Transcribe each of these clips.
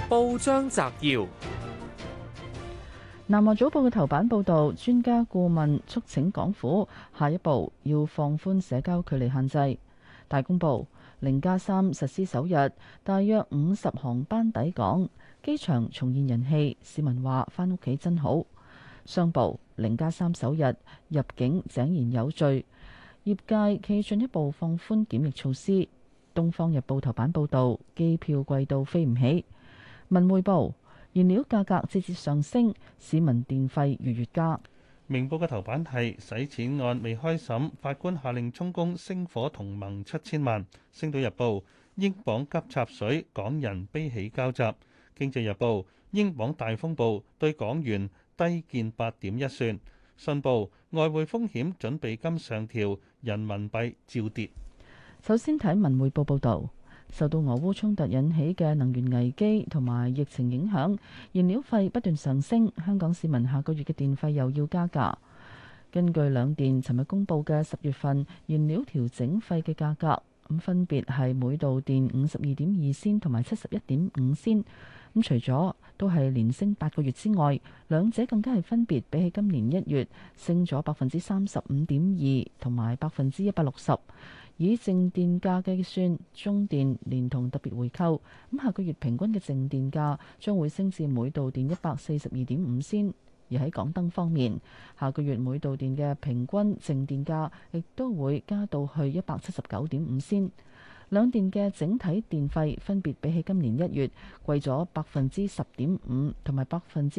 報章摘要： 南華早報嘅頭版報導，專家顧問促請港府下一步要放寬社交距離限制。大公報0+3實施首日，大約50航班抵港，機場重現人氣，市民話返屋企真好。商報0+3首日入境井然有序，業界冀進一步放寬檢疫措施。東方日報頭版報導，機票貴到飛唔起。文匯報燃料價格節節上升，市民電費月加。 明報嘅頭版係洗錢案未開審，法官下令充公星火同盟7000萬。星島日報英鎊急插水，港人悲喜交集。經濟日報英鎊大風暴，對港元低見8點一算。信報外匯風險準備金上調，人民幣照跌。 首先睇文匯報報導。受到俄烏衝突引起嘅能源危機同埋疫情影響，燃料費不斷上升，香港市民下個月嘅電費又要加價。根據兩電尋日公佈嘅10月份燃料調整費嘅價格，分別係每度電52.2仙同埋71.5仙。除咗都係連升8個月之外，兩者更加係分別比起今年1月升咗35.2%同埋160%。以淨電價計算，中電連同特別回扣，下個月平均嘅淨電價將會升至每度電142.5仙。而喺港燈方面，下個月每度電嘅平均淨電價亦都會加到去179.5仙。兩電嘅整體電費分別比起今年1月貴咗10.5%同埋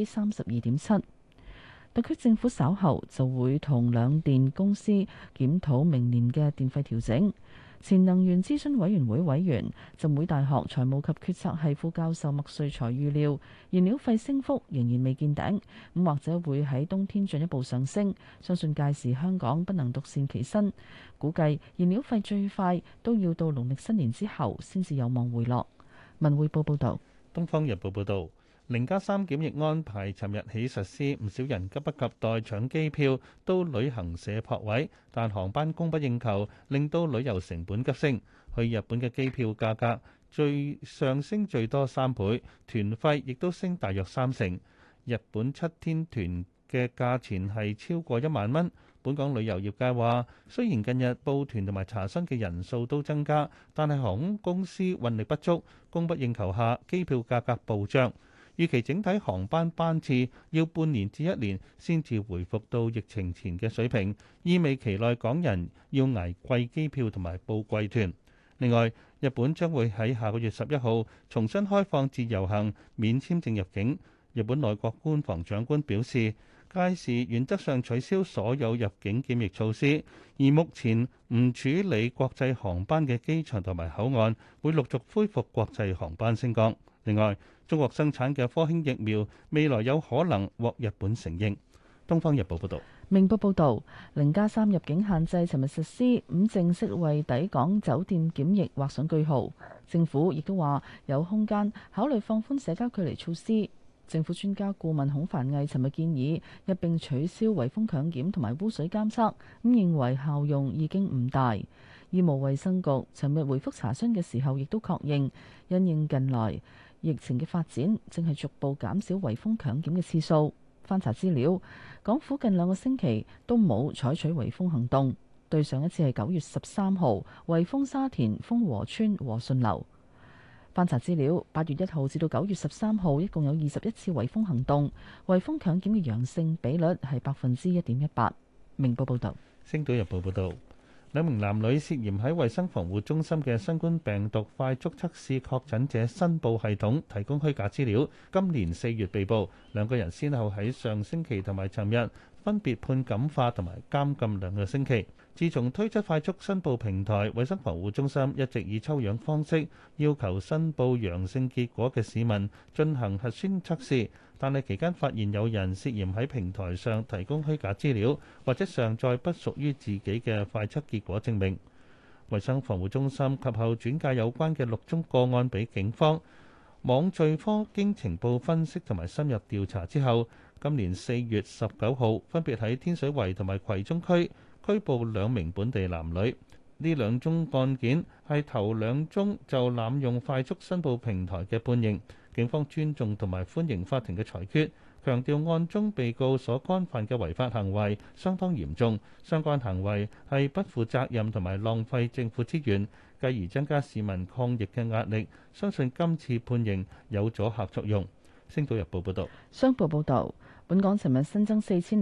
32.7%。特區政府稍後就會同兩電公司檢討明年嘅電費調整。前能源諮詢委員會委員、浸會大學財務及決策系副教授麥瑞才預料，燃料費升幅仍然未見頂，或者會喺冬天進一步上升。相信屆時香港不能獨善其身，估計燃料費最快都要到農曆新年之後先至有望回落。文匯報報道。 東方日報報導。0+3檢疫安排尋日起實施，唔少人急不及待搶機票到旅行社撲位，但航班供不應求，令到旅遊成本急升。去日本嘅機票價格上升最多3倍，團費亦都升大約30%。日本7天團嘅價錢係超過1萬蚊。本港旅遊業界話，雖然近日報團同埋查詢嘅人數都增加，但係航空公司運力不足，供不應求下，機票價格暴漲。預期整體航班班次要半年至1年先至回復到疫情前嘅水平，意味期內港人要捱貴機票同埋報貴團。另外，日本將會喺下個月11號重新開放自由行免簽證入境。日本內閣官房長官表示，屆時原則上取消所有入境檢疫措施，而目前唔處理國際航班嘅機場同埋口岸會陸續恢復國際航班升降。另外，中國生產嘅科興疫苗未來有可能獲日本承認。《東方日報》報道。 明報報導，0+3入境限制尋日實施，咁正式為抵港酒店檢疫畫上句號。政府亦都話有空間考慮放寬社交距離措施。政府專家顧問孔繁毅尋日建議一並取消圍封強檢同埋污水監測，咁認為效用已經唔大。醫務衛生局尋日回覆查詢嘅時候，亦都確認因應近來疫情嘅發展，正係逐步減少圍封強檢嘅次數。翻查資料，港府近2個星期都冇採取圍封行動，對上一次係9月13號圍封沙田豐和村和順樓。翻查資料，8月1號至到9月13號一共有21次圍封行動，圍封強檢嘅陽性比率係1.18%。明報報道。 星島日報報導。2名男女涉嫌喺衛生防護中心嘅新冠病毒快速測試確診者申報系統提供虛假資料，今年4月被捕。兩個人先後喺上星期同埋尋日分別判感化同埋監禁2個星期。自從推出快速申報平台，衛生防護中心一直以抽樣方式要求申報陽性結果嘅市民進行核酸測試，但係期間發現有人涉嫌喺平台上提供虛假資料，或者上載不屬於自己嘅快測結果證明。衛生防護中心及後轉介有關嘅6宗個案俾警方。網罪科經情報分析同埋深入調查之後，今年4月19號分別喺天水圍同埋葵涌區拘捕2名本地男女。 呢兩宗案件係頭兩宗就濫用快速申報平台嘅判刑。警方尊重同埋歡迎法庭嘅裁決，強調案中被告所干犯嘅違法行為相當嚴重，相關行為係不負責任同埋浪費政府資源，繼而增加市民抗疫嘅壓力。相信今次判刑有阻嚇作用。星島日報報道。 商報報導，本港尋日新增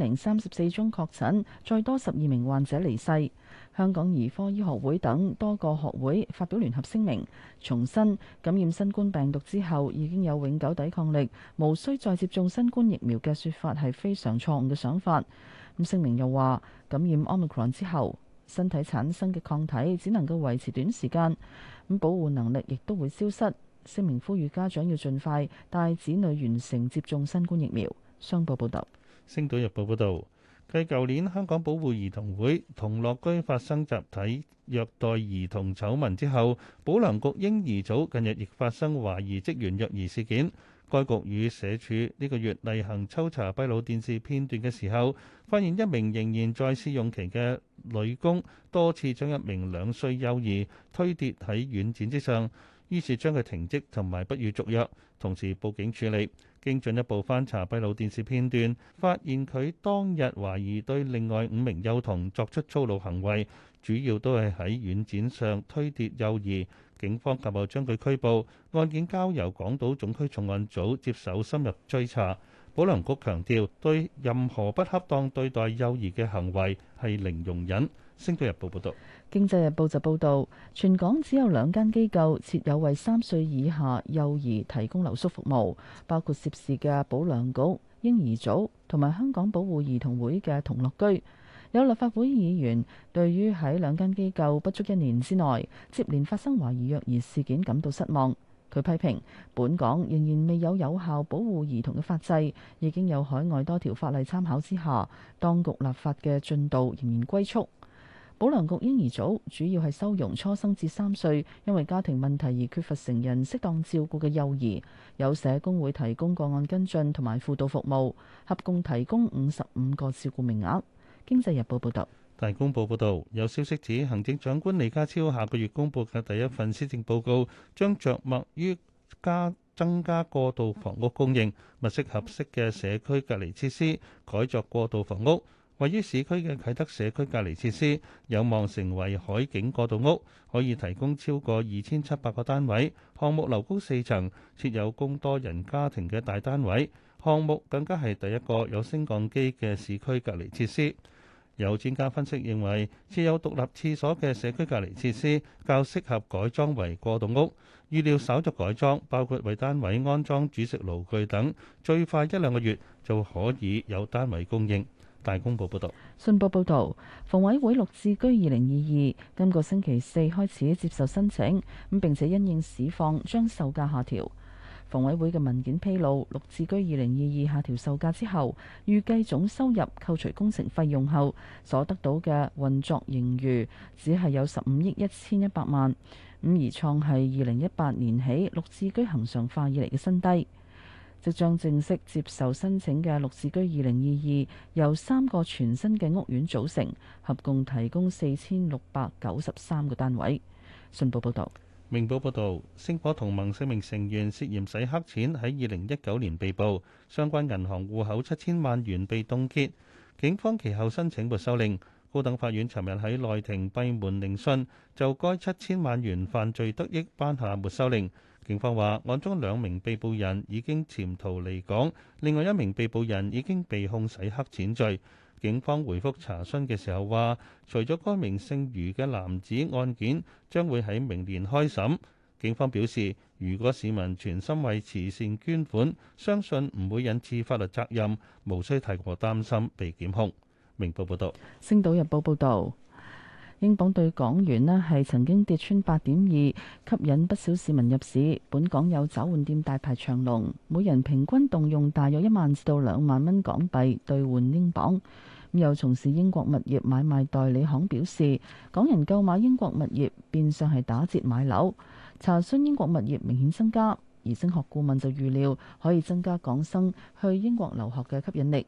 4034宗確診，再多12名患者離世。香港兒科醫學會等多個學會發表聯合聲明，重申感染新冠病毒之後已經有永久抵抗力，無需再接種新冠疫苗嘅說法係非常錯誤嘅想法。咁聲明又話，感染 Omicron 之後，身體產生嘅抗體只能夠維持短時間，咁保護能力亦都會消失。聲明呼籲家長要盡快帶子女完成接種新冠疫苗。商報報導。 《星島日報》報導，繼舊年香港保護兒童會同樂居發生集體虐待兒童醜聞之後，保良局嬰兒組近日亦發生懷疑職員虐兒事件。該局與社署呢個月例行抽查閉路電視片段嘅時候，發現一名仍然在試用期嘅女工多次將一名2歲幼兒推跌喺軟墊之上，於是將佢停職同埋不予續約，同時報警處理。經進一步翻查閉路電視片段，發現佢當日懷疑對另外5名幼童作出粗魯行為，主要都係喺軟墊上推跌幼兒。警方及後將佢拘捕，案件交由港島總區重案組接手深入追查。保良局強調，對任何不恰當對待幼兒嘅行為係零容忍。星島日報報道。 經濟日報就報導，全港只有2間機構設有為3歲以下幼兒提供留宿服務，包括涉事嘅保良局嬰兒組同埋香港保護兒童會嘅童樂居。有立法會議員對於喺2間機構不足1年之內接連發生懷疑虐兒事件感到失望。佢批評本港仍然未有有效保護兒童嘅法制，已經有海外多條法例參考之下，當局立法嘅進度仍然龜速。保良局嬰兒組主要係收容初生至3歲，因為家庭問題而缺乏成人適當照顧嘅幼兒，有社工會提供個案跟進同埋輔導服務，合共提供55個照顧名額。經濟日報報道。 大公報報導，有消息指行政長官李家超下個月公佈嘅第一份施政報告，將着墨於增加過渡房屋供應，物色合適嘅社區隔離設施，改作過渡房屋。位於市區嘅啟德社區隔離設施有望成為海景過渡屋，可以提供超過2700個單位。項目樓高4層，設有供多人家庭嘅大單位。項目更加係第一個有升降機嘅市區隔離設施。有專家分析認為，設有獨立廁所嘅社區隔離設施較適合改裝為過渡屋。預料稍作改裝，包括為單位安裝煮食爐具等，最快1-2個月就可以有單位供應。大公報報道。 信報報導，房委會綠置居2022今個星期4開始接受申請，並且因應市況將售價下調。房委會嘅文件披露，綠置居2022下調售價之後，預計總收入扣除工程費用後所得到嘅運作盈餘只係有15億1100萬，而創係2018年起綠置居恆常化以嚟嘅新低。即將正式接受申請嘅綠置居2022由3個全新嘅屋苑組成，合共提供4693個單位。信報報導。 明報報導，星火同盟4名成員涉嫌洗黑錢，喺2019年被捕，相關銀行戶口7000萬元被凍結。警方其後申請沒收令，高等法院尋日喺內庭閉門聆訊，就該7000萬元犯罪得益頒下沒收令。警方話，案中2名被捕人已經潛逃離港，另外1名被捕人已經被控洗黑錢罪。警方回覆查詢嘅時候話，除咗該名姓余嘅男子，案件將會喺明年開審。警方表示，如果市民全心為慈善捐款，相信唔會引致法律責任，無需太過擔心被檢控。明報報道。 星島日報報導。英鎊對港元呢係曾經跌穿8.2，吸引不少市民入市。本港有找換店大排長龍，每人平均動用大約1萬至到2萬蚊港幣兌換英鎊。有從事英國物業買賣代理行表示，港人購買英國物業變相係打折買樓，查詢英國物業明顯增加。而升學顧問就預料可以增加港生去英國留學嘅吸引力。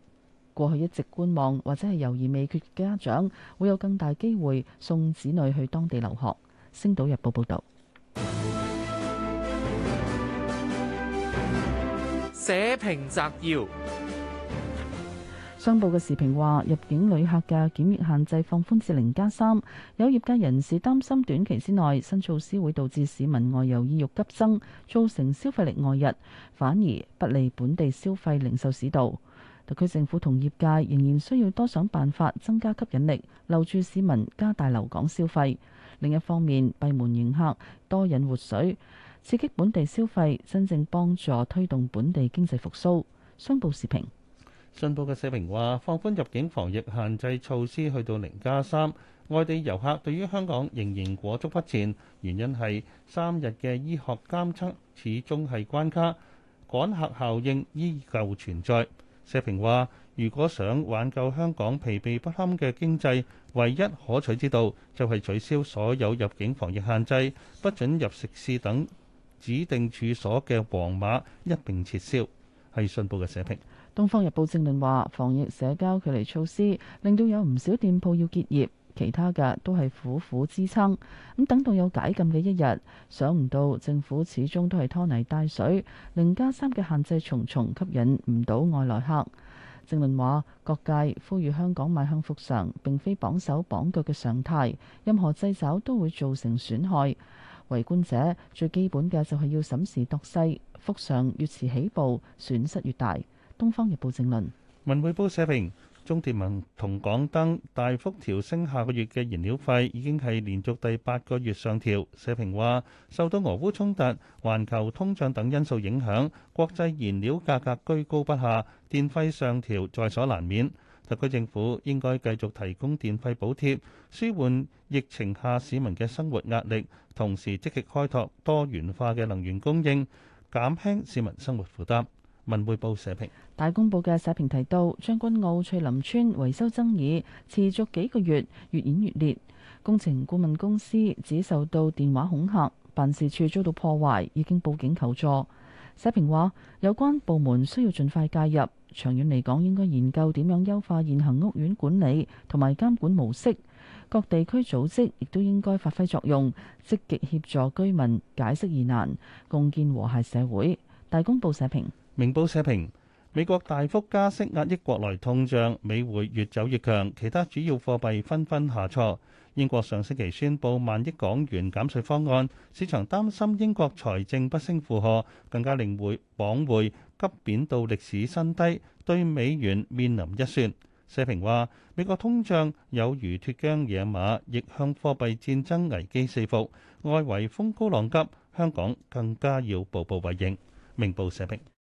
過去一直觀望或者係猶豫未決嘅家長，會有更大機會送子女去當地留學。星島日報報導。 社評摘要。 商報嘅時評話，入境旅客嘅檢疫限制放寬至0+3，有業界人士擔心短期之內新措施會導致市民外遊意欲急增，造成消費力外溢，反而不利本地消費零售市道。特區政府同業界仍然需要多想辦法增加吸引力，留住市民，加大留港消費。另一方面，閉門迎客，多引活水，刺激本地消費，真正幫助推動本地經濟復甦。商報時評。 信報嘅社評話，放寬入境防疫限制措施去到0+3，外地遊客對於香港仍然裹足不前，原因係3日嘅醫學監測始終係關卡，趕客效應依舊存在。社評話，如果想挽救香港疲憊不堪嘅經濟，唯一可取之道就係取消所有入境防疫限制，不准入食肆等指定處所嘅黃碼一並撤銷。係信報嘅社評。 《東方日報》正論話，防疫社交距離措施令到有唔少店鋪要結業，其他嘅都係苦苦支撐。咁等到有解禁嘅一日，想唔到政府始終都係拖泥帶水，0+3嘅限制重重，吸引唔到外來客。正論話，各界呼籲香港邁向復常，並非綁手綁腳嘅常態，任何掣肘都會造成損害。圍觀者最基本嘅就係要審時度勢，復常越遲起步，損失越大。《東方日報》正論。 文匯報社評，中電盟同港燈大幅調升下個月嘅燃料費，已經係連續第8個月上調。社評話，受到俄烏衝突、環球通脹等因素影響，國際燃料價格居高不下，電費上調在所難免。特區政府應該繼續提供電費補貼，舒緩疫情下市民嘅生活壓力，同時積極開拓多元化嘅能源供應，減輕市民生活負擔。文匯報社評。 大公報嘅社評提到，將軍澳翠林村維修爭議持續幾個月，越演越烈。工程顧問公司只受到電話恐嚇，辦事處遭到破壞，已經報警求助。社評話，有關部門需要盡快介入，長遠嚟講應該研究點樣優化現行屋苑管理同埋監管模式。各地區組織亦都應該發揮作用，積極協助居民解釋疑難，共建和諧社會。大公報社評。 明報社評，美國大幅加息壓抑國內通脹，美匯越走越強，其他主要貨幣紛紛下挫。英國上星期宣布萬億港元減稅方案，市場擔心英國財政不勝負荷，更加令鎊匯急貶到歷史新低，對美元面臨一算。社評話，美國通脹有如脫韁野馬，逆向貨幣戰爭危機四伏，外圍風高浪急，香港更加要步步為營。明報社評。